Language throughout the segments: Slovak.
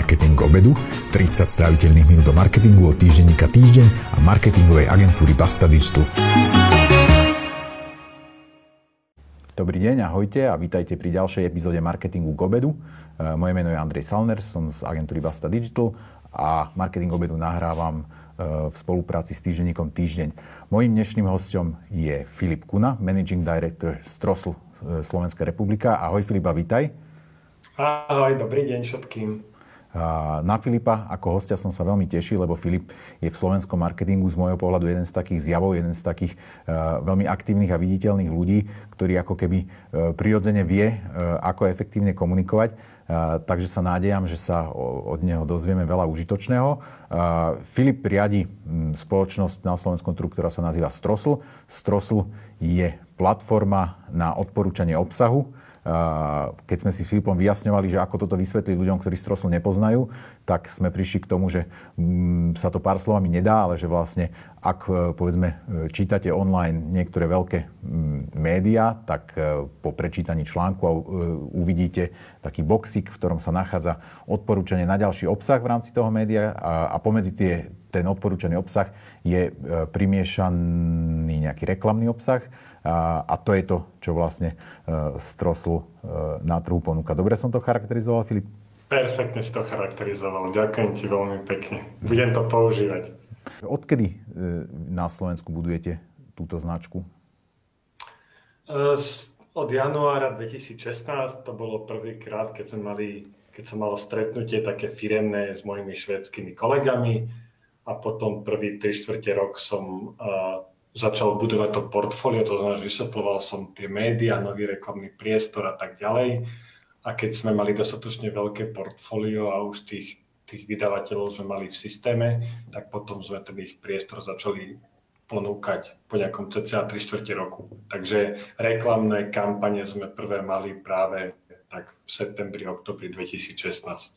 Marketing k obedu, 30 stráviteľných minút do marketingu od týždenníka Týždeň a marketingovej agentúry Basta Digital. Dobrý deň, ahojte a vítajte pri ďalšej epizóde Marketingu k obedu. Moje meno je Andrej Salner, som z agentúry Basta Digital a Marketing k obedu nahrávam v spolupráci s týždenníkom Týždeň. Mojím dnešným hosťom je Filip Kuna, Managing Director Strossl Slovenská republika. Ahoj Filipa, vítaj. Ahoj, dobrý deň všetkým. Na Filipa ako hostia som sa veľmi tešil, lebo Filip je v slovenskom marketingu z môjho pohľadu jeden z takých zjavov, jeden z takých veľmi aktívnych a viditeľných ľudí, ktorý ako keby prirodzene vie, ako efektívne komunikovať. Takže sa nádejam, že sa od neho dozvieme veľa užitočného. Filip riadi spoločnosť na slovenskom trhu, ktorá sa nazýva Strossl. Strossl je platforma na odporúčanie obsahu. Keď sme si s Filipom vyjasňovali, že ako toto vysvetliť ľuďom, ktorí Strossl nepoznajú, tak sme prišli k tomu, že sa to pár slovami nedá, ale že vlastne ak povedzme čítate online niektoré veľké médiá, tak po prečítaní článku uvidíte taký boxík, v ktorom sa nachádza odporúčanie na ďalší obsah v rámci toho média a pomedzi ten odporúčaný obsah je primiešaný nejaký reklamný obsah. A to je to, čo vlastne Strossl na trhu ponúka. Dobre som to charakterizoval, Filip? Perfektne si to charakterizoval. Ďakujem ti veľmi pekne. Budem to používať. Odkedy na Slovensku budujete túto značku? Od januára 2016 to bolo prvýkrát, keď som mal stretnutie také firemné s mojimi švédskymi kolegami a potom prvý 3/4 rok som začal budovať to portfólio, to znamená, že vysvetľoval som tie médiá, nový reklamný priestor a tak ďalej. A keď sme mali dostatočne veľké portfólio a už tých vydavateľov sme mali v systéme, tak potom sme ten ich priestor začali ponúkať po nejakom cca 3/4 roku. Takže reklamné kampane sme prvé mali práve tak v septembri, oktobri 2016.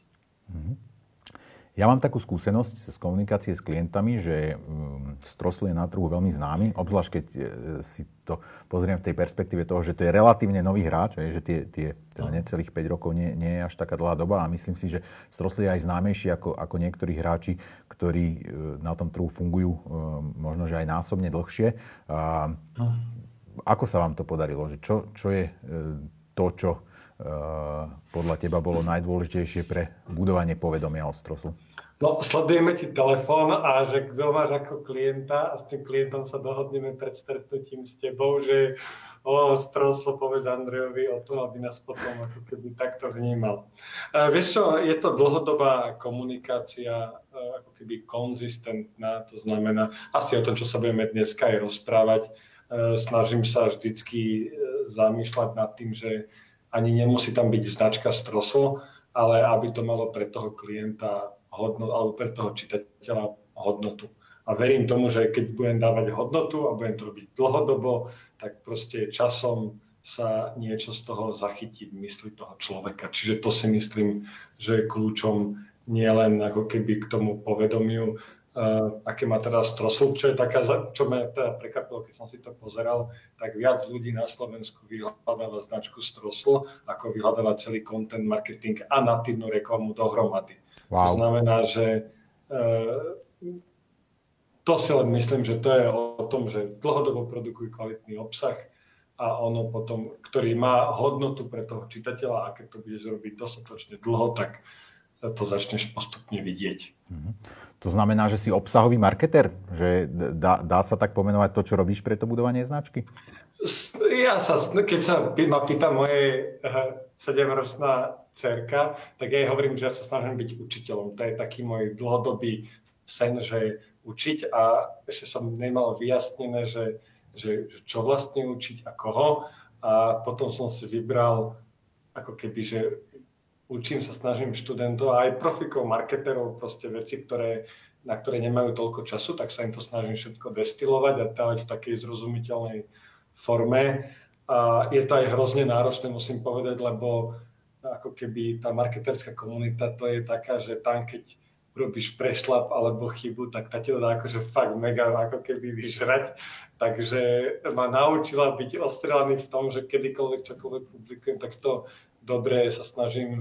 Ja mám takú skúsenosť z komunikácie s klientami, že Strossl je na trhu veľmi známy, obzvlášť keď si to pozriem v tej perspektíve toho, že to je relatívne nový hráč, že teda necelých 5 rokov nie je až taká dlhá doba a myslím si, že Strossl je aj známejší ako niektorí hráči, ktorí na tom trhu fungujú možno, že aj násobne dlhšie. Ako sa vám to podarilo? Čo je to, čo podľa teba bolo najdôležitejšie pre budovanie povedomia o Strossl? No, sledujeme ti telefón a že kto máš ako klienta a s tým klientom sa dohodneme pred stretnutím s tebou, že Strossl povedz Andrejovi o tom, aby nás potom ako keby takto vnímal. Vieš čo, je to dlhodobá komunikácia, ako keby konzistentná, to znamená asi o tom, čo sa budeme dneska aj rozprávať. Snažím sa vždycky zamýšľať nad tým, že ani nemusí tam byť značka Strossl, ale aby to malo pre toho klienta hodnotu, alebo pre toho čitateľa hodnotu. A verím tomu, že keď budem dávať hodnotu a budem to robiť dlhodobo, tak proste časom sa niečo z toho zachytí v mysli toho človeka. Čiže to si myslím, že je kľúčom nielen ako keby k tomu povedomiu, aké má teda Strossl, čo ma teda prekvapilo, keď som si to pozeral, tak viac ľudí na Slovensku vyhľadáva značku Strossl, ako vyhľadáva celý content marketing a natívnu reklamu dohromady. Wow. To znamená, že to si len myslím, že to je o tom, že dlhodobo produkujú kvalitný obsah a ono potom, ktorý má hodnotu pre toho čitateľa a keď to budeš robiť dostatočne dlho, tak to začneš postupne vidieť. To znamená, že si obsahový marketer? Že dá sa tak pomenovať to, čo robíš pre to budovanie značky? Keď sa ma pýta moje 7-ročná dcerka, tak ja jej hovorím, že ja sa snažím byť učiteľom. To je taký môj dlhodobý sen, že učiť a ešte som nemal vyjasnené, že čo vlastne učiť a koho. A potom som si vybral ako keby, že učím sa, snažím študentov a aj profikov, marketerov, proste veci, na ktoré nemajú toľko času, tak sa im to snažím všetko destilovať a dávať v takej zrozumiteľnej forme. A je to aj hrozne náročné, musím povedať, lebo ako keby tá marketerská komunita to je taká, že tam keď urobíš prešlap alebo chybu, tak tá ti to dá akože fakt mega ako keby vyžrať. Takže ma naučila byť ostrelaný v tom, že kedykoľvek čokoľvek publikujem, tak to dobre sa snažím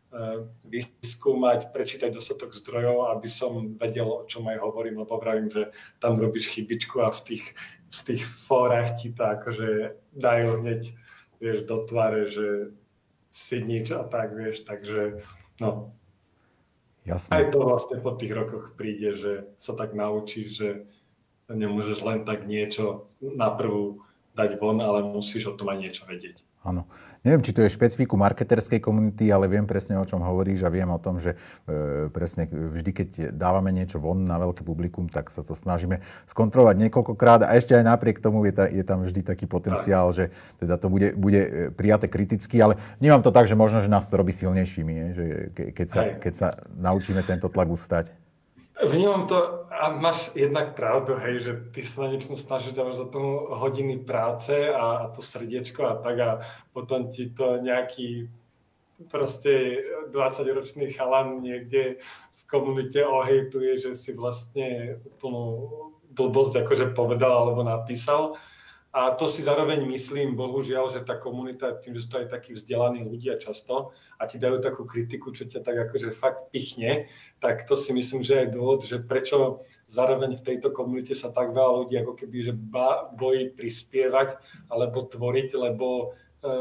vyskúmať, prečítať dostatok zdrojov, aby som vedel, o čom aj hovorím, lebo vravím, že tam robíš chybičku a v tých fórach ti to akože dajú hneď, vieš, do tváre, že si nič a tak, vieš, takže no. Jasne. Aj to vlastne po tých rokoch príde, že sa tak naučíš, že nemôžeš len tak niečo na prvú dať von, ale musíš o tom aj niečo vedieť. Áno. Neviem, či to je špecifiku marketerskej komunity, ale viem presne, o čom hovoríš a viem o tom, že presne vždy, keď dávame niečo von na veľké publikum, tak sa to snažíme skontrolovať niekoľkokrát a ešte aj napriek tomu je tam vždy taký potenciál, že teda to bude prijaté kriticky, ale vnímam to tak, že možno, že nás to robí silnejšími, že keď sa naučíme tento tlak ustať. Vnímam to a máš jednak pravdu, hej, že ty sa na niečom snažíš, dávaš za tomu hodiny práce a to srdiečko a tak a potom ti to nejaký proste 20-ročný chalan niekde v komunite ohejtuje, že si vlastne úplnú blbosť akože povedal alebo napísal. A to si zároveň myslím, bohužiaľ, že tá komunita, tým, že sú to aj takí vzdelaní ľudia často a ti dajú takú kritiku, čo ťa tak akože fakt pichne, tak to si myslím, že je dôvod, že prečo zároveň v tejto komunite sa tak veľa ľudí ako keby že bojí prispievať alebo tvoriť, lebo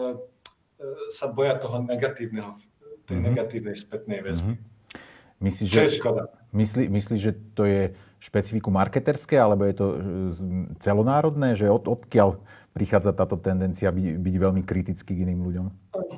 sa boja toho negatívneho, tej negatívnej spätnej väzby. Čo je škoda. Myslíš, že to je špecifiku marketerské, alebo je to celonárodné, že odkiaľ prichádza táto tendencia byť veľmi kritický k iným ľuďom?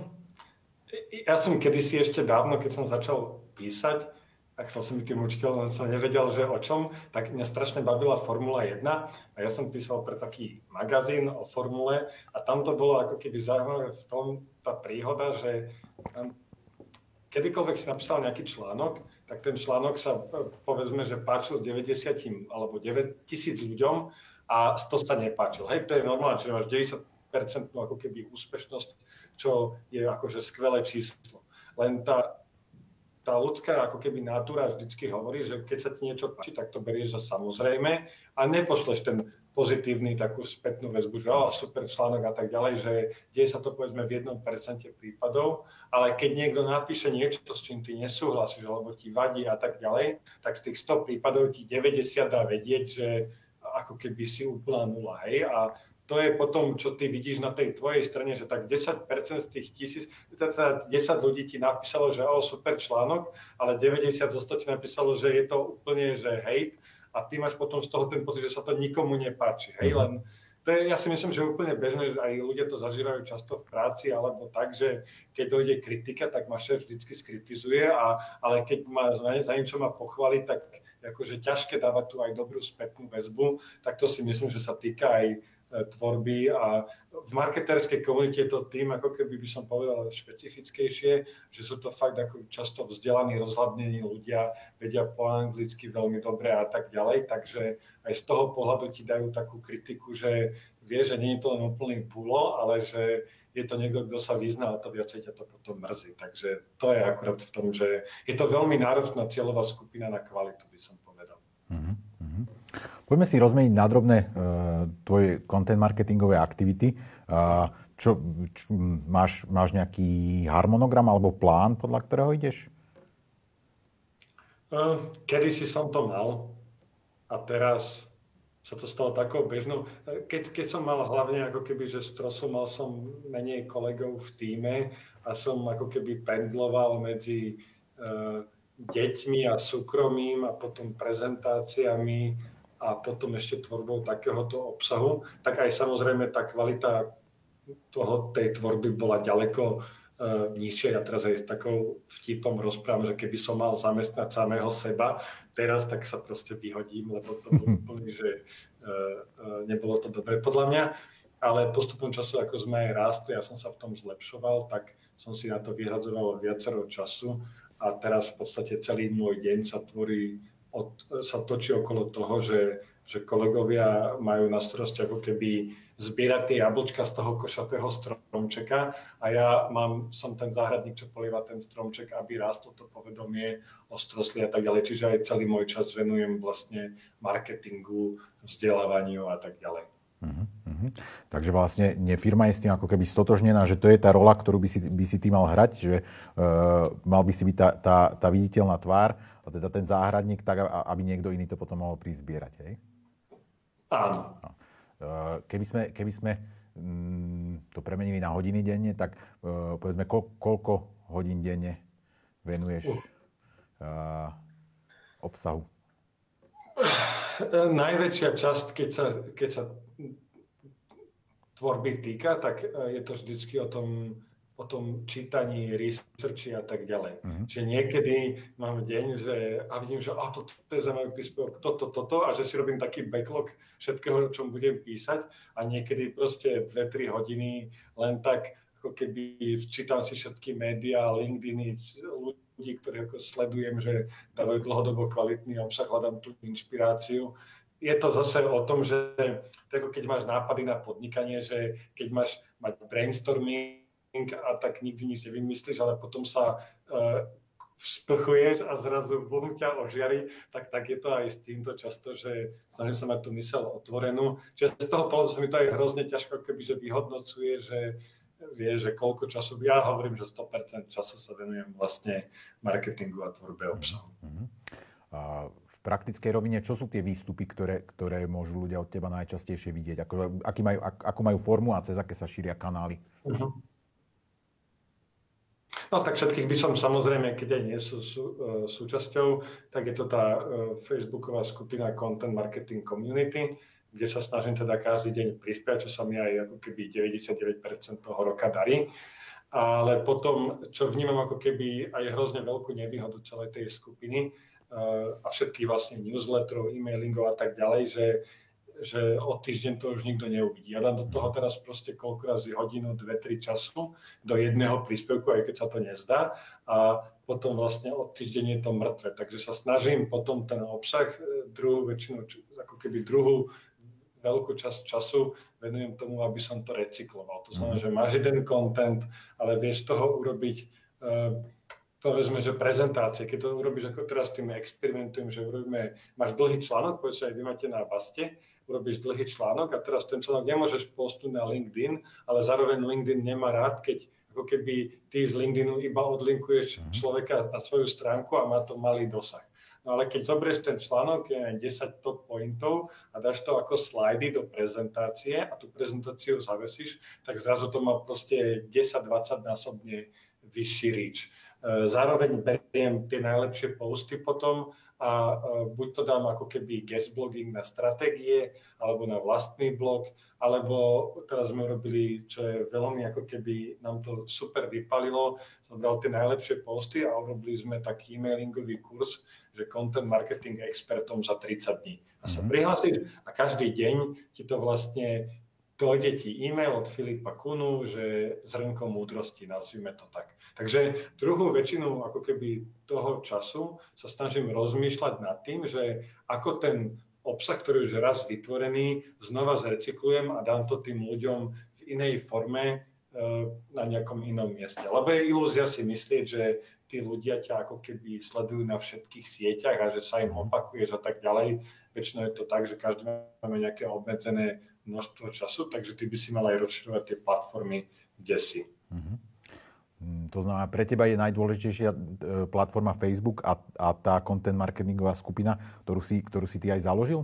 Ja som kedysi ešte dávno, keď som začal písať, a chcel som byť tým učiteľom, som nevedel, že o čom, tak mňa strašne bavila Formula 1 a ja som písal pre taký magazín o formule a tam to bolo ako keby zaujímavé v tom tá príhoda, že kedykoľvek si napísal nejaký článok, tak ten článok sa, povedzme, že páčil 90 alebo 9 000 ľuďom a 100 sa nepáčil. Hej, to je normálne, čiže máš 90% ako keby úspešnosť, čo je akože skvelé číslo. Len tá ľudská ako keby natúra vždycky hovorí, že keď sa ti niečo páči, tak to berieš za samozrejme a nepošleš ten pozitívny takú spätnú väzbu, že super článok a tak ďalej, že deje sa to povedzme v 1% prípadov, ale keď niekto napíše niečo, s čím ty nesúhlasíš, alebo ti vadí a tak ďalej, tak z tých 100 prípadov ti 90 dá vedieť, že ako keby si úplná nula, hej, a to je potom, čo ty vidíš na tej tvojej strane, že tak 10% z tých 1000, teda 10 ľudí ti napísalo, že super článok, ale 90 zo 100 ti napísalo, že je to úplne, že hejt, a ty máš potom z toho ten pocit, že sa to nikomu nepáči. Hej, len to je, ja si myslím, že úplne bežné, že aj ľudia to zažívajú často v práci, alebo tak, že keď dojde kritika, tak ma šéf vždycky skritizuje, ale keď ma za niečo ma pochváli, tak akože ťažké dávať tu aj dobrú spätnú väzbu, tak to si myslím, že sa týka aj tvorby a v marketerskej komunite je to tým, ako keby by som povedal špecifickejšie, že sú to fakt ako často vzdelaní, rozhľadnení ľudia, vedia po anglicky veľmi dobre a tak ďalej, takže aj z toho pohľadu ti dajú takú kritiku, že vie, že nie je to len úplný bulo, ale že je to niekto, kto sa vyzná a to viacej ťa to potom mrzí. Takže to je akurát v tom, že je to veľmi náročná cieľová skupina na kvalitu, by som povedal. Poďme si rozmeniť na drobné tvoje content marketingové aktivity. Máš nejaký harmonogram alebo plán, podľa ktorého ideš? Kedysi som to mal a teraz sa to stalo takou bežnou. Keď som mal hlavne ako keby, že stresu, mal som menej kolegov v tíme a som ako keby pendloval medzi deťmi a súkromím a potom prezentáciami a potom ešte tvorbou takéhoto obsahu, tak aj samozrejme tá kvalita tej tvorby bola ďaleko nižšia. Ja teraz aj s takou vtipom rozprávam, že keby som mal zamestnať samého seba teraz, tak sa proste vyhodím, lebo to bolo úplne, že nebolo to dobre podľa mňa. Ale postupom času, ako sme aj rástli, ja som sa v tom zlepšoval, tak som si na to vyhradzoval viacero času a teraz v podstate celý môj deň sa točí okolo toho, že kolegovia majú na starosti ako keby zbierať tie jablčka z toho košatého stromčeka a ja som ten záhradník, čo polieva ten stromček, aby rástlo to povedomie, ostrosli a tak ďalej. Čiže aj celý môj čas venujem vlastne marketingu, vzdelávaniu a tak ďalej. Takže vlastne firma je s tým ako keby stotožnená, že to je tá rola, ktorú by si ty mal hrať, že mal by si byť tá viditeľná tvár a teda ten záhradník, tak aby niekto iný to potom mohol prísť zbierať, hej? Áno. Keby sme to premenili na hodiny denne, tak povedzme, koľko hodín denne venuješ obsahu? Najväčšia časť, keď sa tvorby týka, tak je to vždycky o tom čítaní, researchi a tak ďalej. Čiže niekedy mám deň, a vidím, že toto je zaujímavý príspevok, toto a že si robím taký backlog všetkého, o čom budem písať a niekedy proste 2-3 hodiny len tak, ako keby čítam si všetky médiá, LinkedIny, ľudí, ktorých ako sledujem, že dávajú dlhodobo kvalitný obsah, hľadám tú inšpiráciu. Je to zase o tom, že ako keď máš nápady na podnikanie, že keď máš mať brainstorming a tak nikdy nič nevymyslíš, ale potom sa vzprchuješ a zrazu bum ťa ožiari, tak je to aj s týmto často, že snažím sa mať tú myseľ otvorenú. Čiže z toho pohľadu sa mi to aj hrozne ťažko, kebyže vyhodnocuje, že vie, že koľko času, ja hovorím, že 100% času sa venujem vlastne marketingu a tvorbe obsahu. V praktickej rovine, čo sú tie výstupy, ktoré môžu ľudia od teba najčastejšie vidieť? Akú majú formu a cez aké sa šíria kanály? No tak všetkých by som samozrejme, keď aj nie sú súčasťou, tak je to tá facebooková skupina Content Marketing Community, kde sa snažím teda každý deň prispiať, čo sa mi aj ako keby 99% toho roka darí. Ale potom, čo vnímam ako keby aj hrozne veľkú nevýhodu celej tej skupiny a všetkých vlastne newsletterov, e-mailingov a tak ďalej, že od týždeň to už nikto neuvidí. Ja dám do toho teraz proste koľko razy hodinu, 2-3 času do jedného príspevku, aj keď sa to nezdá. A potom vlastne od týždeň je to mŕtve. Takže sa snažím potom ten obsah, druhú veľkú časť času venujem tomu, aby som to recykloval. To znamená, že máš jeden content, ale vieš toho urobiť, povedzme, že prezentácie. Keď to urobíš, ako teraz tým experimentujem, že máš dlhý článok, povedzme, aj vy máte na Baste, urobíš dlhý článok a teraz ten článok nemôžeš postuť na LinkedIn, ale zároveň LinkedIn nemá rád, keď ako keby ty z LinkedInu iba odlinkuješ človeka na svoju stránku a má to malý dosah. No ale keď zoberieš ten článok, je 10 top pointov a dáš to ako slajdy do prezentácie a tú prezentáciu zavesíš, tak zrazu to má proste 10-20 násobne vyšší reach. Zároveň beriem tie najlepšie posty potom a buď to dám ako keby guest blogging na stratégie, alebo na vlastný blog, alebo teraz sme robili, čo je veľmi ako keby nám to super vypalilo, som bral tie najlepšie posty a urobili sme taký e-mailingový kurz, že content marketing expertom za 30 dní. A sa prihlásíš a každý deň ti to vlastne dojde ti e-mail od Filipa Kunu, že zrnko múdrosti, nazvime to tak. Takže druhú väčšinu ako keby toho času sa snažím rozmýšľať nad tým, že ako ten obsah, ktorý už je raz vytvorený, znova zrecyklujem a dám to tým ľuďom v inej forme na nejakom inom mieste. Lebo je ilúzia si myslieť, že tí ľudia ťa ako keby sledujú na všetkých sieťach a že sa im opakuješ a tak ďalej. Väčšinou je to tak, že každý máme nejaké obmedzené množstvo času, takže ty by si mal aj rozširovať tie platformy, kde si. To znamená, pre teba je najdôležitejšia platforma Facebook a tá content marketingová skupina, ktorú si ty aj založil?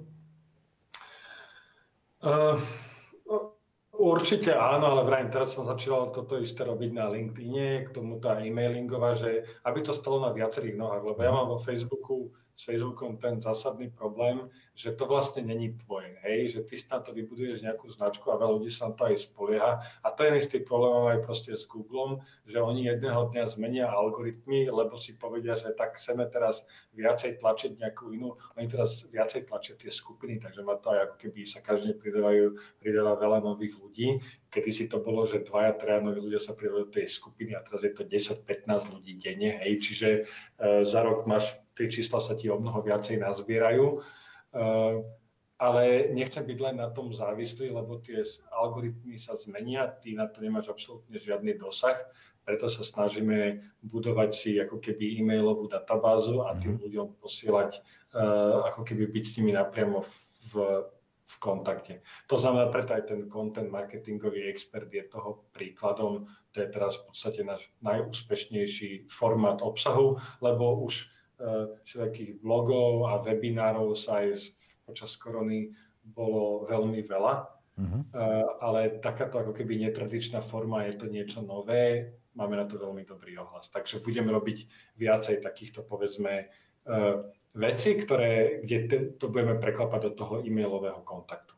Určite áno, ale vrajím, teraz som začal toto isté robiť na LinkedIne, k tomu tá e-mailingová, že aby to stalo na viacerých nohách, lebo ja mám vo Facebooku s Facebookom ten zásadný problém, že to vlastne není tvoje, hej, že ty si na to vybuduješ nejakú značku a veľa ľudí sa na to aj spolieha a to je istý problém aj proste s Googlom, že oni jedného dňa zmenia algoritmy, lebo si povedia, že tak chceme teraz viacej tlačiť nejakú inú, oni teraz viacej tlačia tie skupiny, takže má to aj ako keby sa každý pridáva veľa nových ľudí. Kedy si to bolo, že 2-3 noví ľudia sa pridali do tej skupiny a teraz je to 10-15 ľudí denne, hej, čiže za rok tie čísla sa ti o mnoho viacej nazbierajú, ale nechcem byť len na tom závislý, lebo tie algoritmy sa zmenia, ty na to nemáš absolútne žiadny dosah, preto sa snažíme budovať si ako keby e-mailovú databázu a tým ľuďom posielať, ako keby byť s nimi napriamo v v kontakte. To znamená, preto aj ten content marketingový expert je toho príkladom. To je teraz v podstate náš najúspešnejší formát obsahu, lebo už všetkých blogov a webinárov sa aj počas korony bolo veľmi veľa, ale takáto ako keby netradičná forma, je to niečo nové, máme na to veľmi dobrý ohlas. Takže budeme robiť viacej takýchto, povedzme, veci, kde to budeme preklapať do toho e-mailového kontaktu.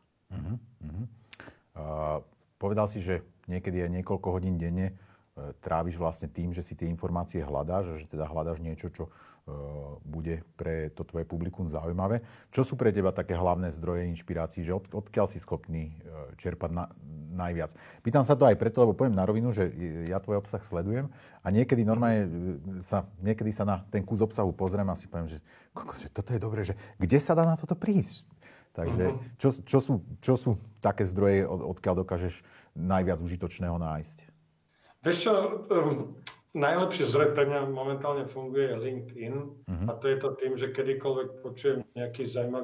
Povedal si, že niekedy aj niekoľko hodín denne tráviš vlastne tým, že si tie informácie hľadáš, že teda hľadáš niečo, čo bude pre to tvoje publikum zaujímavé. Čo sú pre teba také hlavné zdroje inšpirácií, že odkiaľ si schopný čerpať najviac? Pýtam sa to aj preto, lebo poviem na rovinu, že ja tvoj obsah sledujem a niekedy normálne niekedy sa na ten kus obsahu pozriem a si poviem, že toto je dobré, že kde sa dá na toto prísť? Takže čo sú také zdroje, odkiaľ dokážeš najviac užitočného nájsť? Vieš čo, najlepší zdroj pre mňa momentálne funguje LinkedIn a to je to tým, že kedykoľvek počujem nejaký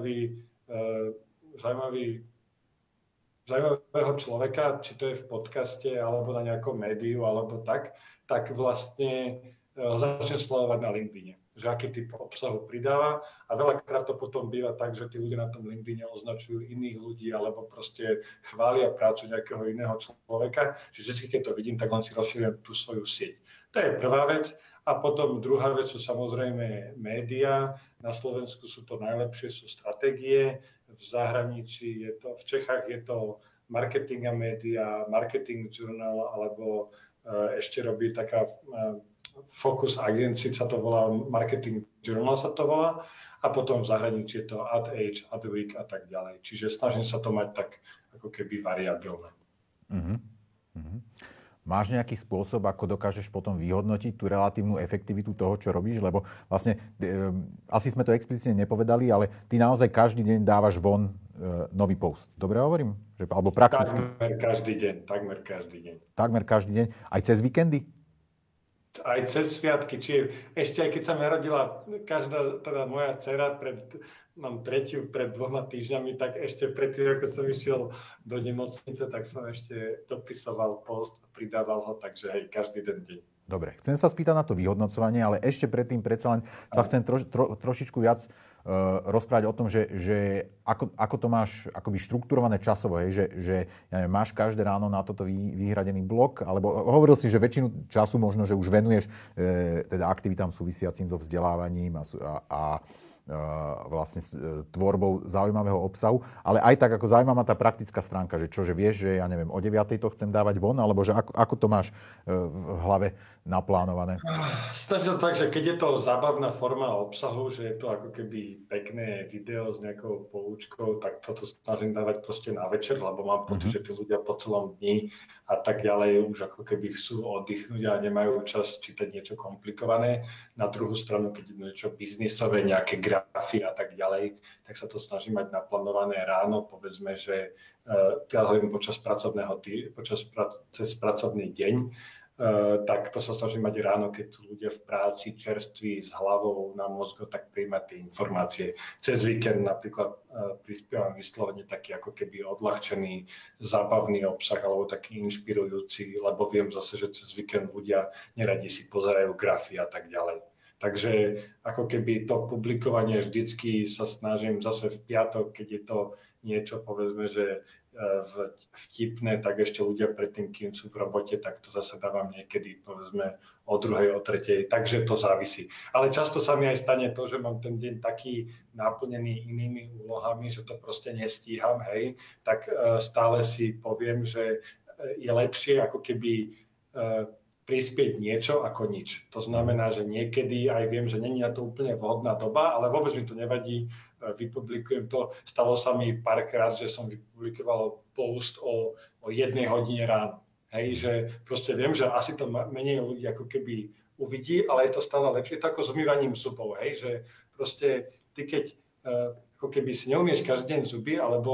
zaujímavého človeka, či to je v podcaste alebo na nejakom médiu alebo tak vlastne začnem sledovať na LinkedIne, že aký typ obsahu pridáva a veľakrát to potom býva tak, že tí ľudia na tom LinkedIne označujú iných ľudí alebo proste chvália prácu nejakého iného človeka. Čiže vždy, keď to vidím, tak len si rozšírujem tú svoju sieť. To je prvá vec. A potom druhá vec sú samozrejme médiá. Na Slovensku sú to najlepšie, sú stratégie. V zahraničí v Čechách je to Marketing a média, Marketing Journal alebo ešte robí taká Focus Agency sa to volá, Marketing Journal sa to volá a potom v zahraničí je to Ad Age, Ad Week a tak ďalej. Čiže snažím sa to mať tak ako keby variabilné. Máš nejaký spôsob, ako dokážeš potom vyhodnotiť tú relatívnu efektivitu toho, čo robíš? Lebo vlastne, asi sme to explicitne nepovedali, ale ty naozaj každý deň dávaš von nový post. Dobre hovorím? Alebo prakticky? Takmer každý deň. Takmer každý deň? Aj cez víkendy? Aj cez sviatky, či ešte aj keď sa mi rodila teda moja dcera, mám tretiu pred 2 týždňami, tak ešte predtým, ako som išiel do nemocnice, tak som ešte dopisoval post a pridával ho, takže aj každý ten deň. Dobre, chcem sa spýtať na to vyhodnocovanie, ale ešte predtým predsa len sa chcem trošičku viac rozprávať o tom, že ako to máš akoby štruktúrované časovo, že ja neviem, máš každé ráno na toto vyhradený blok, alebo hovoril si, že väčšinu času možno, že už venuješ teda aktivitám súvisiacím so vzdelávaním a vlastne tvorbou zaujímavého obsahu, ale aj tak ako zaujímavá tá praktická stránka, že vieš, že ja neviem, o 9:00 to chcem dávať von, alebo že ako to máš v hlave naplánované? Snažím sa tak, že keď je to zábavná forma obsahu, že je to ako keby pekné video s nejakou poučkou, tak toto snažím dávať proste na večer, lebo mám pocit, že tí ľudia po celom dni a tak ďalej už ako keby chcú oddychnúť a nemajú čas čítať niečo komplikované. Na druhú stranu, keď je niečo biznisové, nejaké grafy a tak ďalej, tak sa to snažím mať naplánované ráno, povedzme, že teda hovorím počas pracovný deň, tak to sa snažím mať ráno, keď sú ľudia v práci, čerství, s hlavou na mozgu, tak prijímať tie informácie. Cez víkend napríklad prispievam vyslovene taký ako keby odľahčený, zábavný obsah alebo taký inšpirujúci, lebo viem zase, že cez víkend ľudia neradi si pozerajú grafy a tak ďalej. Takže ako keby to publikovanie vždycky sa snažím zase v piatok, keď je to niečo, povedzme, že vtipné, tak ešte ľudia predtým, kým sú v robote, tak to zase dávam niekedy, povedzme, o 2:00, o 3:00, takže to závisí. Ale často sa mi aj stane to, že mám ten deň taký naplnený inými úlohami, že to proste nestíham, hej, tak stále si poviem, že je lepšie ako keby prispieť niečo ako nič. To znamená, že niekedy aj viem, že není na to úplne vhodná doba, ale vôbec mi to nevadí, vypublikujem to. Stalo sa mi párkrát, že som vypublikoval post o 1:00 ráno. Hej, že proste viem, že asi to menej ľudí ako keby uvidí, ale je to stále lepšie. Je to ako s umývaním zubov, hej, že proste ty keď ako keby si neumieš každý deň zuby, alebo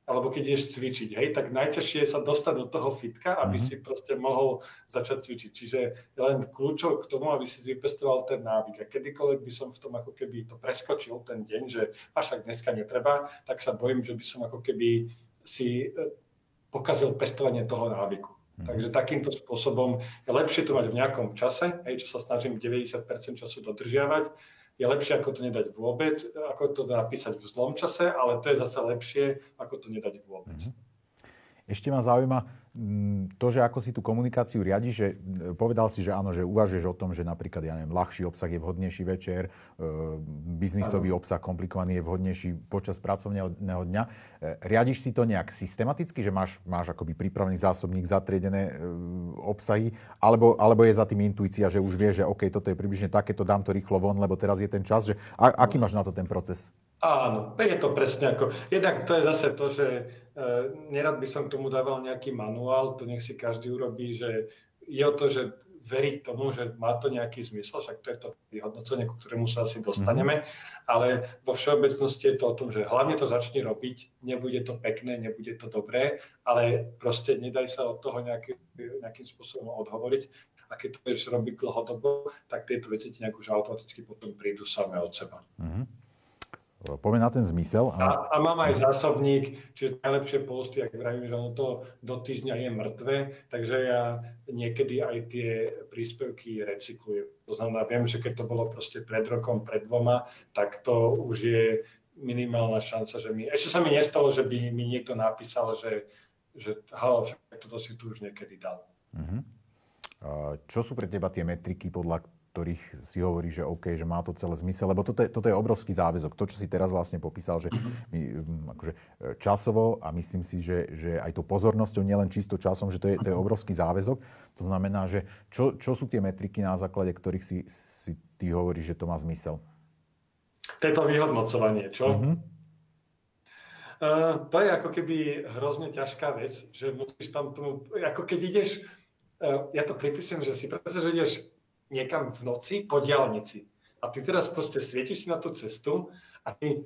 alebo keď ideš cvičiť, hej, tak najťažšie je sa dostať do toho fitka, aby si proste mohol začať cvičiť. Čiže je len kľúčov k tomu, aby si vypestoval ten návyk. A kedykoľvek by som v tom ako keby to preskočil ten deň, že však dneska netreba, tak sa bojím, že by som ako keby si pokazil pestovanie toho návyku. Takže takýmto spôsobom je lepšie to mať v nejakom čase, hej, čo sa snažím 90% času dodržiavať. Je lepšie, ako to nedať vôbec, ako to napísať v zlom čase, ale to je zase lepšie, ako to nedať vôbec. Ešte ma zaujíma to, že ako si tú komunikáciu riadiš, že povedal si, že áno, že uvažuješ o tom, že napríklad, ja neviem, ľahší obsah je vhodnejší večer, biznisový obsah komplikovaný je vhodnejší počas pracovného dňa. Riadiš si to nejak systematicky, že máš akoby pripravený zásobník, zatriedené obsahy, alebo je za tým intuícia, že už vieš, že OK, toto je približne takéto, dám to rýchlo von, lebo teraz je ten čas, že aký máš na to ten proces? Áno, je to presne ako... Jednak to je zase to, že nerad by som k tomu dával nejaký manuál, to nech si každý urobí, že je o to, že verí tomu, že má to nejaký zmysel, však to je to vyhodnocenie, ku ktorému sa asi dostaneme, ale vo všeobecnosti je to o tom, že hlavne to začni robiť, nebude to pekné, nebude to dobré, ale proste nedaj sa od toho nejakým spôsobom odhovoriť. A keď to budeš robiť dlhodobo, tak tieto veci ti nejak už automaticky potom prídu samé od seba. Poďme na ten zmysel. A mám aj zásobník, čiže najlepšie posty, ak vravím, že ono to do týždňa je mŕtve, takže ja niekedy aj tie príspevky recyklujem. To znamená, viem, že keď to bolo proste pred rokom, pred 2, tak to už je minimálna šanca, že ešte sa mi nestalo, že by mi niekto napísal, že halo, však toto si tu už niekedy dal. Čo sú pre teba tie metriky, podľa ktorých si hovorí, že OK, že má to celé zmysel, lebo toto je obrovský záväzok. To, čo si teraz vlastne popísal, že akože časovo a myslím si, že aj tou pozornosťou, nielen čisto časom, že to je obrovský záväzok. To znamená, že čo sú tie metriky, na základe ktorých si ty hovoríš, že to má zmysel? To je to vyhodnocovanie, čo? To je ako keby hrozne ťažká vec, že musíš tam tomu, ako keď ideš, ja to pripisujem, že si pretože ideš niekam v noci po diaľnici. A ty teraz proste svietiš si na tú cestu a ty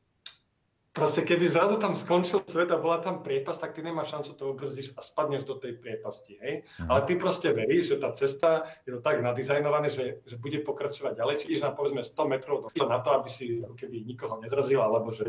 proste keby zrazu tam skončil svet a bola tam priepasť, tak ty nemáš šancu to ubrzdíš a spadneš do tej priepasti, hej? Ale ty proste veríš, že tá cesta je to tak nadizajnované, že bude pokračovať ďalej, či ideš na povedzme 100 metrov na to, aby si keby nikoho nezrazil, alebo že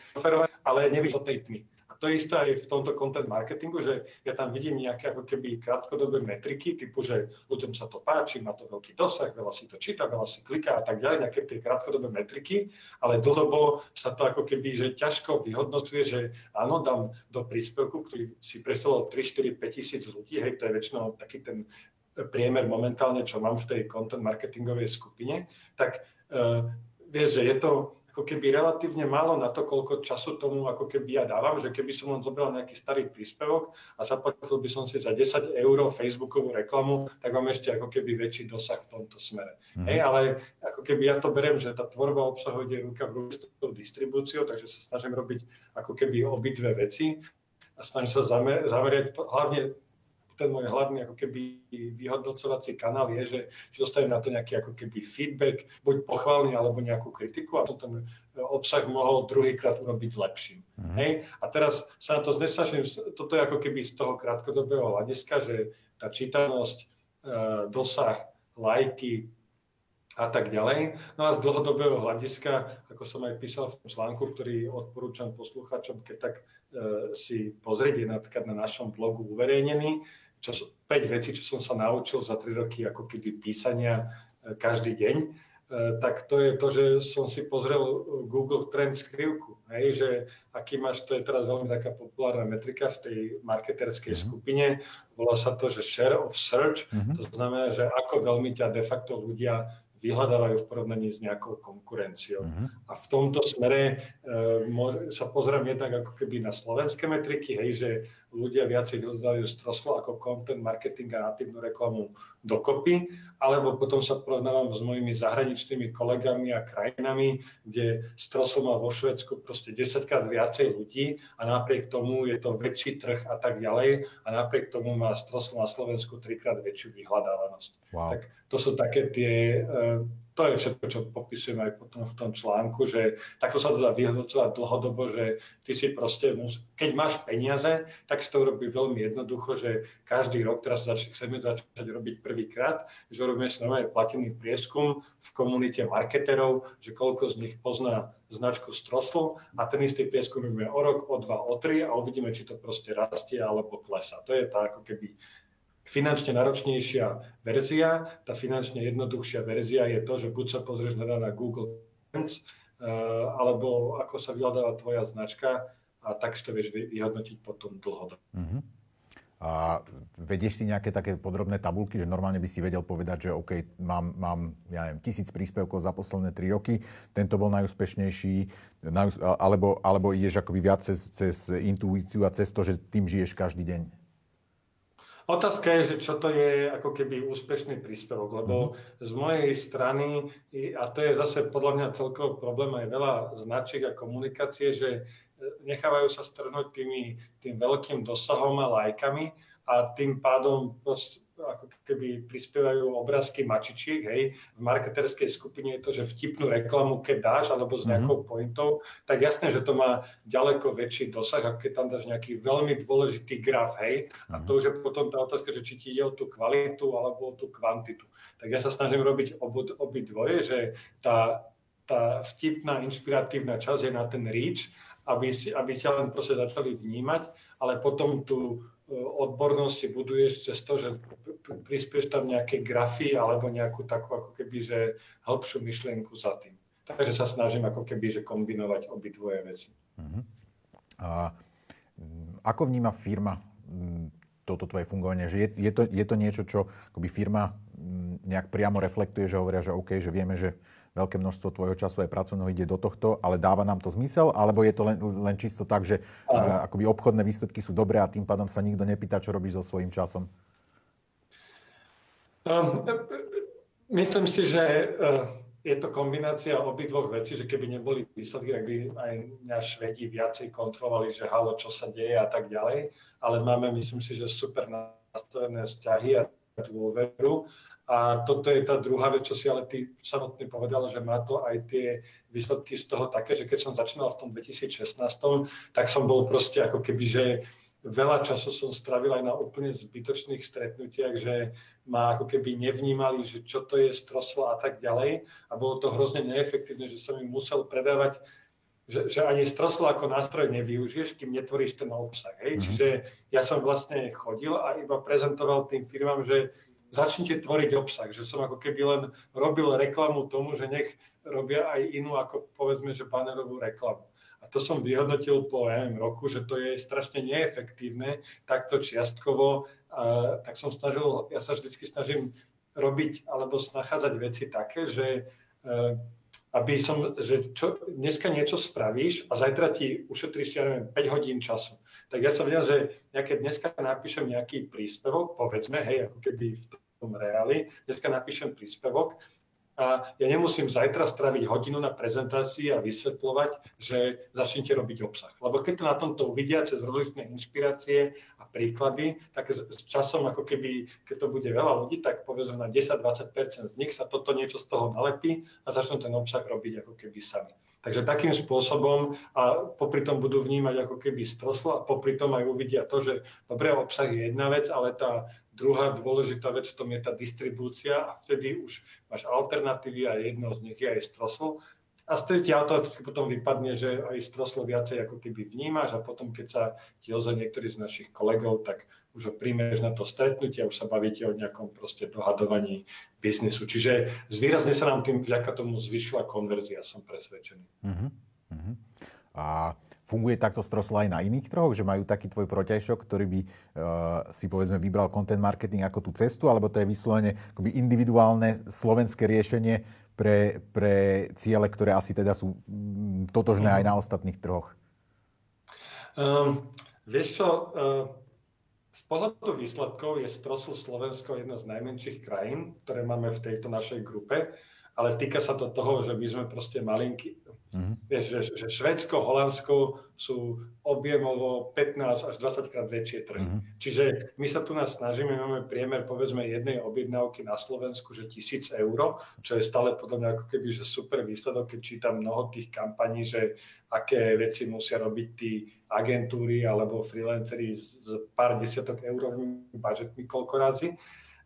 ale nevidíš do tej tmy. To je isté aj v tomto content marketingu, že ja tam vidím nejaké ako keby krátkodobé metriky, typu, že ľuďom sa to páči, má to veľký dosah, veľa si to číta, veľa si kliká a tak ďalej, nejaké tie krátkodobé metriky, ale dlhodobo sa to ako keby, že ťažko vyhodnocuje, že áno, dám do príspevku, ktorý si prešlo 3, 4, 5 tisíc ľudí, hej, to je väčšinou taký ten priemer momentálne, čo mám v tej content marketingovej skupine, tak vieš, že je to ako keby relatívne málo na to, koľko času tomu ako keby ja dávam, že keby som len zobral nejaký starý príspevok a zaplatil by som si za 10 € Facebookovú reklamu, tak mám ešte ako keby väčší dosah v tomto smere. Hej, ale ako keby ja to beriem, že tá tvorba obsahu ide ruka v ruke s tou distribúciou, takže sa snažím robiť ako keby obidve veci a snažím sa zamerať hlavne ten môj hlavný ako keby vyhodnocovací kanál je, že dostanem na to nejaký ako keby feedback, buď pochválny alebo nejakú kritiku a ten obsah mohol druhýkrát urobiť lepším. Hej? A teraz sa na to nesnažím, toto je ako keby z toho krátkodobého hľadiska, že tá čítanosť, dosah, lajky a tak ďalej. No a z dlhodobého hľadiska, ako som aj písal v tom článku, ktorý odporúčam poslucháčom, keď tak si pozrieť, je napríklad na našom blogu uverejnený, 5 vecí, čo som sa naučil za 3 roky ako keby písania každý deň, tak to je to, že som si pozrel Google Trend skrivku, hej, že aký máš, to je teraz veľmi taká populárna metrika v tej marketerskej skupine, volá sa to, že share of search, to znamená, že ako veľmi ťa de facto ľudia vyhľadávajú v porovnaní s nejakou konkurenciou. A v tomto smere sa pozriem jednak ako keby na slovenské metriky, hej, že ľudia viacej vyhľadávajú Stroslo ako content marketing a natívnu reklamu dokopy, alebo potom sa porovnávam s mojimi zahraničnými kolegami a krajinami, kde Stroslo má vo Švédsku proste 10-krát viacej ľudí a napriek tomu je to väčší trh a tak ďalej a napriek tomu má Stroslo na Slovensku 3-krát väčšiu vyhľadávanosť. Wow. Tak to sú také tie To je všetko, čo popisujem aj potom v tom článku, že takto sa to dá vyhodnocovať dlhodobo, že ty si proste, keď máš peniaze, tak si to urobí veľmi jednoducho, že každý rok, teraz chceme začať robiť prvýkrát, že robíme si normálne platený prieskum v komunite marketerov, že koľko z nich pozná značku Strossl a ten istý prieskum robíme o rok, o 2, o 3 a uvidíme, či to proste rastie alebo klesá. To je tá ako keby finančne náročnejšia verzia, tá finančne jednoduchšia verzia je to, že buď sa pozrieš na Google Trends, alebo ako sa vyhľadáva tvoja značka a tak si to vieš vyhodnotiť potom dlhodobo. Uh-huh. A vedieš si nejaké také podrobné tabulky, že normálne by si vedel povedať, že OK, mám ja neviem, 1000 príspevkov za posledné 3 roky, tento bol najúspešnejší, alebo ideš akoby viac cez intuíciu a cez to, že tým žiješ každý deň? Otázka je, že čo to je ako keby úspešný príspevok, lebo z mojej strany, a to je zase podľa mňa celkový problém aj veľa značiek a komunikácie, že nechávajú sa strhnúť tým veľkým dosahom a lajkami a tým pádom ako keby prispievajú obrázky mačičiek, hej. V marketerskej skupine je to, že vtipnú reklamu, keď dáš, alebo s nejakou pointou, tak jasné, že to má ďaleko väčší dosah, ako keď tam dáš nejaký veľmi dôležitý graf, hej. A to už je potom tá otázka, že či ti ide o tú kvalitu alebo o tú kvantitu. Tak ja sa snažím robiť obidvoje, že tá vtipná, inšpiratívna časť je na ten reach, aby ťa len proste začali vnímať, ale potom tú odbornosť si buduješ cez to, že prispieš tam nejaké grafy alebo nejakú takú ako keby, že hĺbšiu myšlienku za tým. Takže sa snažím ako keby, že kombinovať obidvoje veci. Uh-huh. A ako vníma firma toto tvoje fungovanie? Že je to niečo, čo akoby firma nejak priamo reflektuje, že hovoria, že OK, že vieme, že veľké množstvo tvojho času aj pracovného ide do tohto, ale dáva nám to zmysel? Alebo je to len čisto tak, že akoby obchodné výsledky sú dobré a tým pádom sa nikto nepýta, čo robíš so svojím časom? Myslím si, že je to kombinácia obidvoch vecí, že keby neboli výsledky, tak by aj mňa Švedi viacej kontrolovali, že halo, čo sa deje a tak ďalej. Ale máme, myslím si, že super nastavené vzťahy a dôveru. A toto je tá druhá vec, čo si ale ty samotný povedal, že má to aj tie výsledky z toho také, že keď som začínal v tom 2016, tak som bol proste ako keby, že veľa času som strávil aj na úplne zbytočných stretnutiach, že ma ako keby nevnímali, že čo to je Strossl a tak ďalej. A bolo to hrozne neefektívne, že som im musel predávať, že ani Strossl ako nástroj nevyužiješ, kým netvoríš ten obsah. Hej? Čiže ja som vlastne chodil a iba prezentoval tým firmám, že začnite tvoriť obsah, že som ako keby len robil reklamu tomu, že nech robia aj inú ako povedzme, že bannerovú reklamu. A to som vyhodnotil po roku, že to je strašne neefektívne, takto čiastkovo, tak ja sa vždycky snažím robiť alebo nachádzať veci také, že dneska niečo spravíš a zajtra ti ušetríš, ja neviem, 5 hodín času. Tak ja som vedel, že keď dneska napíšem nejaký príspevok, povedzme, hej, ako keby v tom reáli, dneska napíšem príspevok a ja nemusím zajtra straviť hodinu na prezentácii a vysvetľovať, že začnite robiť obsah. Lebo keď to na tomto uvidia cez rozličné inšpirácie a príklady, tak s časom, ako keby, keď to bude veľa ľudí, tak povedzme na 10-20% z nich sa toto niečo z toho nalepí a začnú ten obsah robiť ako keby sami. Takže takým spôsobom a popri tom budú vnímať ako keby Strossl a popri tom aj uvidia to, že dobrý obsah je jedna vec, ale tá druhá dôležitá vec v tom je tá distribúcia a vtedy už máš alternatívy a jedno z nich je aj Strossl. A z tej automaticky potom vypadne, že aj Strossl viacej ako keby vnímaš a potom, keď sa ti ozve niektorý z našich kolegov, tak už ho príjmeš na to stretnutie a už sa bavíte o nejakom proste dohadovaní biznisu. Čiže zvýrazne sa nám tým vďaka tomu zvyšila konverzia, som presvedčený. A funguje takto Strossl aj na iných trhoch, že majú taký tvoj protiažok, ktorý by si povedzme vybral content marketing ako tú cestu, alebo to je vyslovene akoby individuálne slovenské riešenie pre ciele, ktoré asi teda sú totožné aj na ostatných trhoch? Vieš čo, z pohľadu výsledkov je Strossl Slovensko jedna z najmenších krajín, ktoré máme v tejto našej grupe. ale týka sa to toho, že my sme proste malinkí. Vieš, že Švédsko, Holandsko sú objemovo 15 až 20 krát väčšie trhy. Čiže my sa tu nás snažíme, máme priemer povedzme jednej objednávky na Slovensku, že 1,000 eur, čo je stále podľa mňa ako keby že super výsledok, keď čítam mnoho tých kampaní, že aké veci musia robiť tí agentúry alebo freelanceri s pár desiatok eurovými budžetmi koľko razy.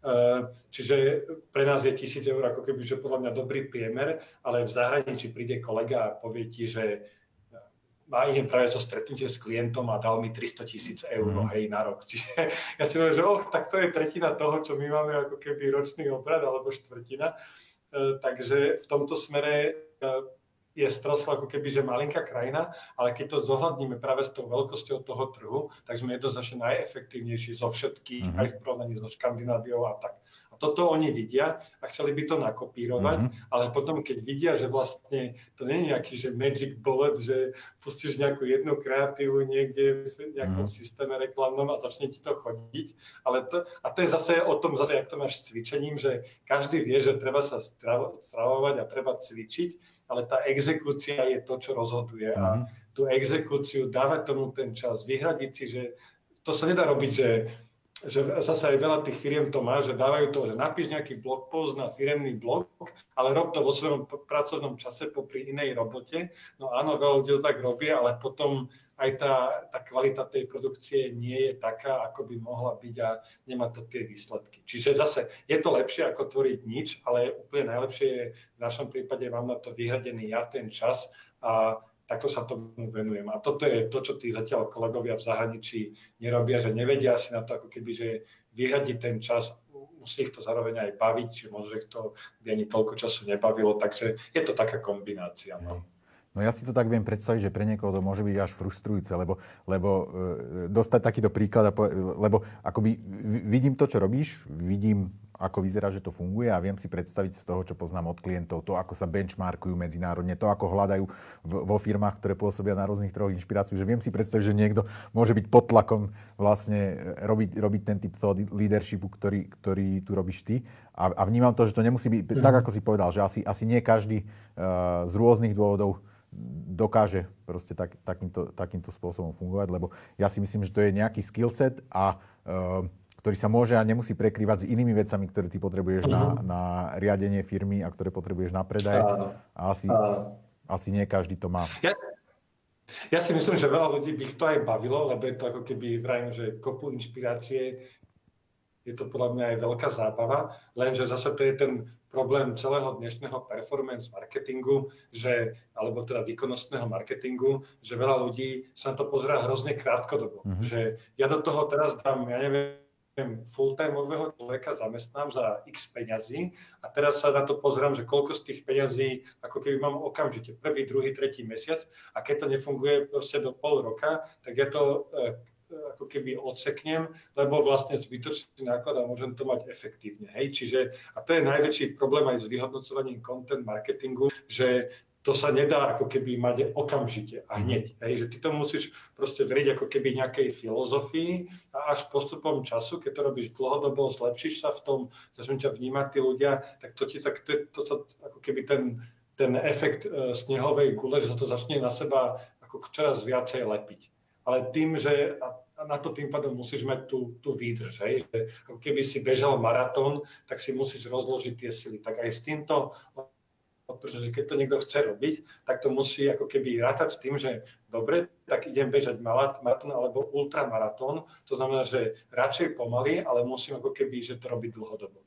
Čiže pre nás je 1,000 eur ako keby, že podľa mňa dobrý priemer, ale v zahraničí príde kolega a povie ti, že idem práve so stretnutie s klientom a dal mi 300 000 eur hej, na rok. Čiže ja si poviem, že tak to je tretina toho, čo my máme ako keby ročný obrad alebo štvrtina. Takže v tomto smere je Strossel ako keby, že malinká krajina, ale keď to zohľadníme práve s tou veľkosťou toho trhu, tak sme jednoznačne najefektívnejší zo všetkých, aj v porovnaní so Škandináviou a tak. A toto oni vidia a chceli by to nakopírovať, ale potom, keď vidia, že vlastne to nie je nejaký že magic bullet, že pustíš nejakú jednu kreatívu niekde v nejakom systéme reklamnom a začne ti to chodiť, ale to je zase o tom, zase jak to máš s cvičením, že každý vie, že treba sa stravovať a treba cvičiť, ale tá exekúcia je to, čo rozhoduje. A tú exekúciu dávať tomu ten čas, vyhradiť si, že to sa nedá robiť, že zase aj veľa tých firiem to má, že dávajú to, že napíš nejaký blog post na firemný blog, ale rob to vo svojom pracovnom čase popri inej robote. No áno, veľa ľudí to tak robí, ale potom aj tá kvalita tej produkcie nie je taká, ako by mohla byť a nemá to tie výsledky. Čiže zase je to lepšie ako tvoriť nič, ale úplne najlepšie je v našom prípade mám na to vyhradený ja ten čas a takto sa tomu venujem. A toto je to, čo tí zatiaľ kolegovia v zahraničí nerobia, že nevedia si na to ako keby, že vyhradiť ten čas, musí ich to zároveň aj baviť, či možno, že to by ani toľko času nebavilo, takže je to taká kombinácia. No ja si to tak viem predstaviť, že pre niekoho to môže byť až frustrujúce, lebo dostať takýto príklad, lebo akoby vidím to, čo robíš, vidím, ako vyzerá, že to funguje a viem si predstaviť z toho, čo poznám od klientov, to, ako sa benchmarkujú medzinárodne, to, ako hľadajú vo firmách, ktoré pôsobia na rôznych trhoch inšpiráciu, že viem si predstaviť, že niekto môže byť pod tlakom vlastne robiť ten typ toho leadershipu, ktorý tu robíš ty. A vnímam to, že to nemusí byť, tak ako si povedal, že asi nie každý z rôznych dôvodov dokáže proste takýmto spôsobom fungovať, lebo ja si myslím, že to je nejaký skillset a ktorý sa môže a nemusí prekrývať s inými vecami, ktoré ty potrebuješ na riadenie firmy a ktoré potrebuješ na predaj. A asi nie každý to má. Ja si myslím, že veľa ľudí by to aj bavilo, lebo je to ako keby vrajím, že kopu inšpirácie, je to podľa mňa aj veľká zábava, lenže zase to je ten problém celého dnešného performance marketingu, alebo teda výkonnostného marketingu, že veľa ľudí sa na to pozerá hrozne krátkodobo. Že ja do toho teraz dám, ja neviem, full-timeového človeka zamestnám za x peňazí a teraz sa na to pozerám, že koľko z tých peňazí ako keby mám okamžite, prvý, druhý, tretí mesiac a keď to nefunguje proste do pol roka, tak ja to ako keby odseknem, lebo vlastne zbytočný náklad a môžem to mať efektívne. Hej? Čiže, a to je najväčší problém aj s vyhodnocovaním content marketingu, že to sa nedá ako keby mať okamžite a hneď. Hej? Že ty to musíš proste veriť ako keby nejakej filozofii a až postupom času, keď to robíš dlhodobo, zlepšíš sa v tom, začnú ťa vnímať tí ľudia, tak to sa ako keby ten efekt snehovej gule, že sa to začne na seba ako čoraz viacej lepiť. Ale tým, že na to tým pádom musíš mať tú výdrž, hej? Že ako keby si bežal maratón, tak si musíš rozložiť tie sily. Tak aj s týmto, pretože keď to niekto chce robiť, tak to musí ako keby rátať s tým, že dobre, tak idem bežať maratón alebo ultramaratón. To znamená, že radšej pomaly, ale musím ako keby, že to robiť dlhodobo.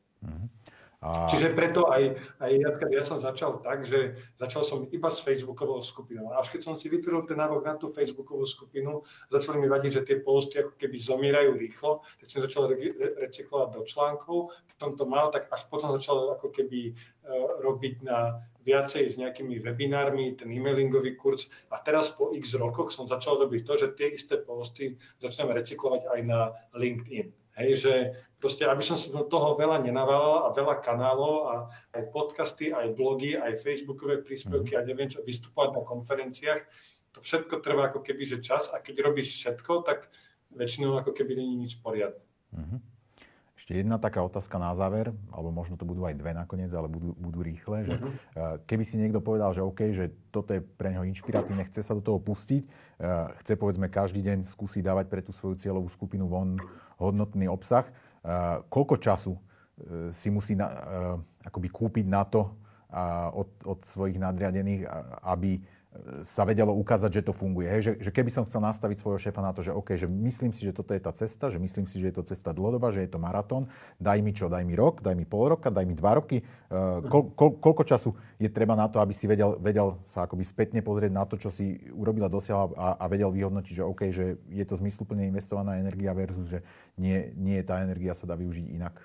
Čiže preto aj ja som začal tak, že začal som iba s facebookovou skupinou. A až keď som si vytvoril ten návod na tú facebookovú skupinu, začali mi vadiť, že tie posty ako keby zomierajú rýchlo, tak som začal recyklovať do článkov, potom to mal, tak až potom začal ako keby robiť na viacej s nejakými webinármi, ten e-mailingový kurz. A teraz po x rokoch som začal robiť to, že tie isté posty začneme recyklovať aj na LinkedIn. Hej, že proste, aby som sa do toho veľa nenaválal a veľa kanálov a aj podcasty, aj blogy, aj facebookové príspevky a neviem čo, vystupovať na konferenciách, to všetko trvá ako keby, že čas a keď robíš všetko, tak väčšinou ako keby nie je nič poriadne. Ešte jedna taká otázka na záver, alebo možno to budú aj dve nakoniec, ale budú rýchle, že keby si niekto povedal, že OK, že toto je pre neho inšpiratívne, chce sa do toho pustiť, chce povedzme každý deň skúsiť dávať pre tú svoju cieľovú skupinu von hodnotný obsah, koľko času si musí akoby kúpiť na to od svojich nadriadených, aby sa vedelo ukázať, že to funguje. Hej? Že keby som chcel nastaviť svojho šéfa na to, že OK, že myslím si, že toto je tá cesta, že myslím si, že je to cesta dlhodobá, že je to maratón, daj mi čo, daj mi rok, daj mi pol roka, daj mi 2 roky. Koľko času je treba na to, aby si vedel sa akoby spätne pozrieť na to, čo si urobila, dosiahla a vedel vyhodnotiť, že OK, že je to zmysluplne investovaná energia versus, že nie tá energia sa dá využiť inak.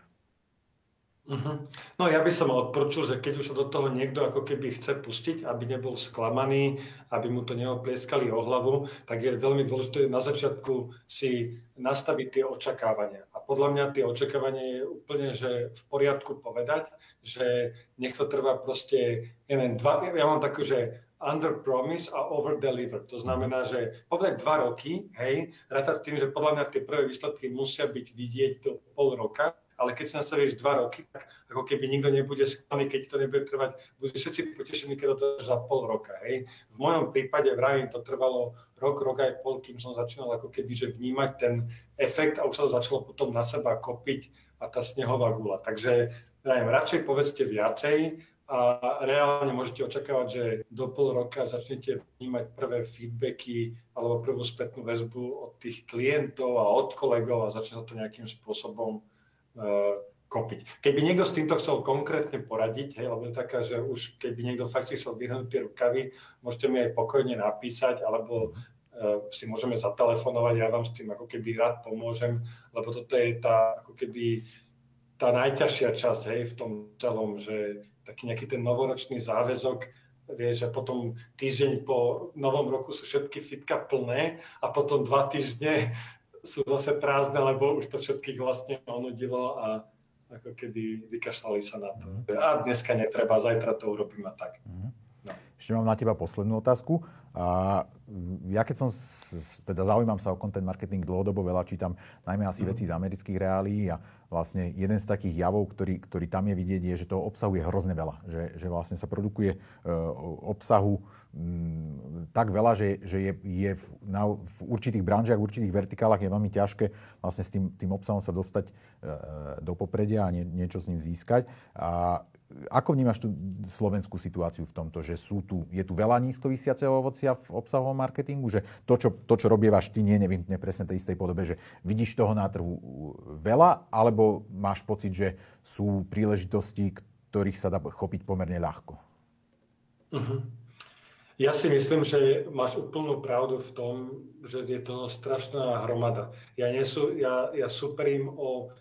No ja by som odporúčil, že keď už sa do toho niekto ako keby chce pustiť, aby nebol sklamaný, aby mu to neoplieskali o hlavu, tak je veľmi dôležité na začiatku si nastaviť tie očakávania. A podľa mňa tie očakávania je úplne že v poriadku povedať, že nech to trvá proste, neviem, ja mám takú, že under promise a over deliver. To znamená, že povedať 2 roky, hej, rátať tým, že podľa mňa tie prvé výsledky musia byť vidieť do pol roka, ale keď si nastavíš 2 roky, tak ako keby nikto nebude sklamaný, keď to nebude trvať, budú všetci potešení, keď to trvá za pol roka. Hej. V mojom prípade vravím, to trvalo rok aj pol, kým som začínal ako keby, že vnímať ten efekt a už sa to začalo potom na seba kopiť a tá snehová guľa. Takže radšej povedzte viacej a reálne môžete očakávať, že do pol roka začnete vnímať prvé feedbacky alebo prvú spätnú väzbu od tých klientov a od kolegov a začne sa to nejakým spôsobom kopiť. Keby niekto s týmto chcel konkrétne poradiť, hej, lebo je taká, že už keby niekto fakt chcel vyhrnúť tie rukavy, môžete mi aj pokojne napísať, alebo si môžeme zatelefonovať, ja vám s tým ako keby rád pomôžem, lebo toto je tá ako keby tá najťažšia časť, hej, v tom celom, že taký nejaký ten novoročný záväzok, vieš, že potom týždeň po novom roku sú všetky fitka plné a potom 2 týždne sú zase prázdne, lebo už to všetkých vlastne onudilo a ako keby vykašľali sa na to. A dneska netreba, zajtra to urobím a tak. No. Ešte mám na teba poslednú otázku. Ja keď som, teda zaujímam sa o content marketing dlhodobo, veľa čítam najmä asi veci z amerických reálií a vlastne jeden z takých javov, ktorý tam je vidieť, je, že toho obsahu je hrozne veľa. Že vlastne sa produkuje obsahu tak veľa, že je v určitých branžiach, v určitých vertikálach je veľmi ťažké vlastne s tým obsahom sa dostať do popredia a niečo s ním získať. A ako vnímaš tú slovenskú situáciu v tomto, že je tu veľa nízko visiaceho ovocia v obsahovom marketingu, že to, čo robievaš ty, nie je nevyhnutne presne tej istej podobe, že vidíš toho na trhu veľa, alebo máš pocit, že sú príležitosti, ktorých sa dá chopiť pomerne ľahko? Ja si myslím, že máš úplnú pravdu v tom, že je toho strašná hromada. Ja superím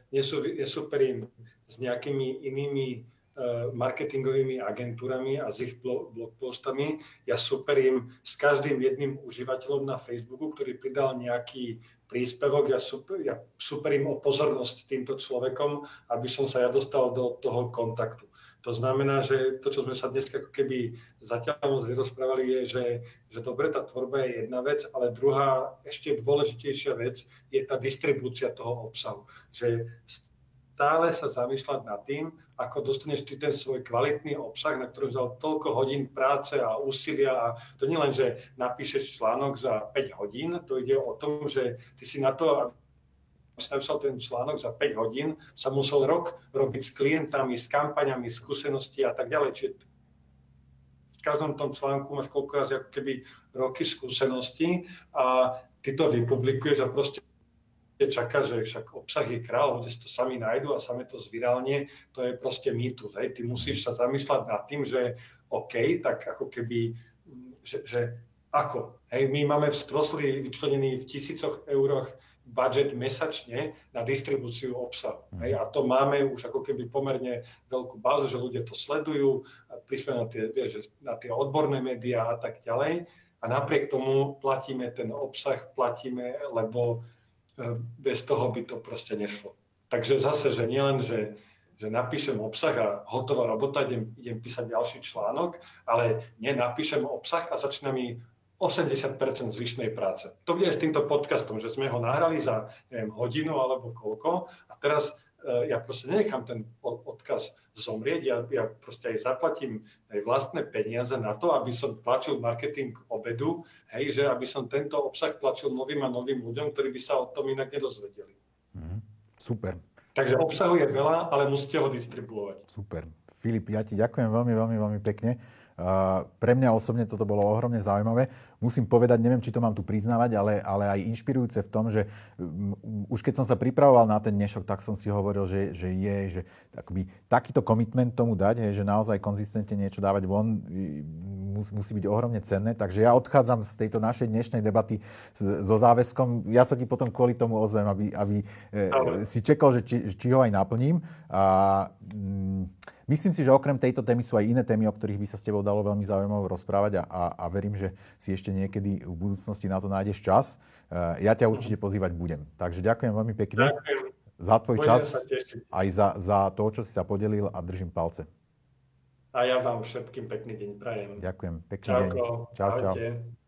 s nejakými inými marketingovými agentúrami a s ich blogpostami. Ja superím s každým jedným užívateľom na Facebooku, ktorý pridal nejaký príspevok. Ja superím o pozornosť týmto človekom, aby som sa ja dostal do toho kontaktu. To znamená, že to, čo sme sa dnes ako keby zatiaľ rozprávali, je, že dobre, tá tvorba je jedna vec, ale druhá, ešte dôležitejšia vec je tá distribúcia toho obsahu. Že stále sa zamýšľať nad tým, ako dostaneš ty ten svoj kvalitný obsah, na ktorý vzal toľko hodín práce a úsilia. A to nie len, že napíšeš článok za 5 hodín, to ide o tom, že ty si na to, aby si napísal ten článok za 5 hodín, sa musel rok robiť s klientami, s kampaňami, skúsenosti a tak ďalej. Čiže v každom tom článku máš koľko raz ako keby roky skúseností a ty to vypublikuješ a proste čaká, že však obsah je kráľ, ľudia si to sami nájdu a same to zvirálne, to je proste mýtus. Hej. Ty musíš sa zamýšľať nad tým, že OK, tak ako keby, že ako? Hej, my máme v Stroslí vyčlenený v 1000 euroch budget mesačne na distribúciu obsahu. Hej, a to máme už ako keby pomerne veľkú bázu, že ľudia to sledujú, prišli na tie odborné médiá a tak ďalej. A napriek tomu platíme ten obsah, lebo bez toho by to proste nešlo. Takže zase, že nielen, že napíšem obsah a hotová robota, idem písať ďalší článok, ale napíšem obsah a začína mi 80% zvyšnej práce. To bude aj s týmto podcastom, že sme ho nahrali za, neviem, hodinu alebo koľko a teraz ja proste nenechám ten odkaz zomrieť, ja proste aj zaplatím aj vlastné peniaze na to, aby som tlačil marketing obedu, hej, že aby som tento obsah tlačil novým a novým ľuďom, ktorí by sa o tom inak nedozvedeli. Super. Takže obsahu je veľa, ale musíte ho distribuovať. Super. Filip, ja ti ďakujem veľmi, veľmi, veľmi pekne. Pre mňa osobne toto bolo ohromne zaujímavé. Musím povedať, neviem, či to mám tu priznávať, ale aj inšpirujúce v tom, že už keď som sa pripravoval na ten dnešok, tak som si hovoril, že akoby takýto commitment tomu dať, že naozaj konzistentne niečo dávať von, musí byť ohromne cenné. Takže ja odchádzam z tejto našej dnešnej debaty so záväzkom. Ja sa ti potom kvôli tomu ozvem, aby si čekal, že či ho aj naplním. Myslím si, že okrem tejto témy sú aj iné témy, o ktorých by sa s tebou dalo veľmi zaujímavo rozprávať a verím, že si ešte niekedy v budúcnosti na to nájdeš čas. Ja ťa určite pozývať budem. Takže ďakujem veľmi pekne za tvoj čas, aj za to, čo si sa podelil a držím palce. A ja vám všetkým pekný deň prajem. Ďakujem. Pekný deň. Čau.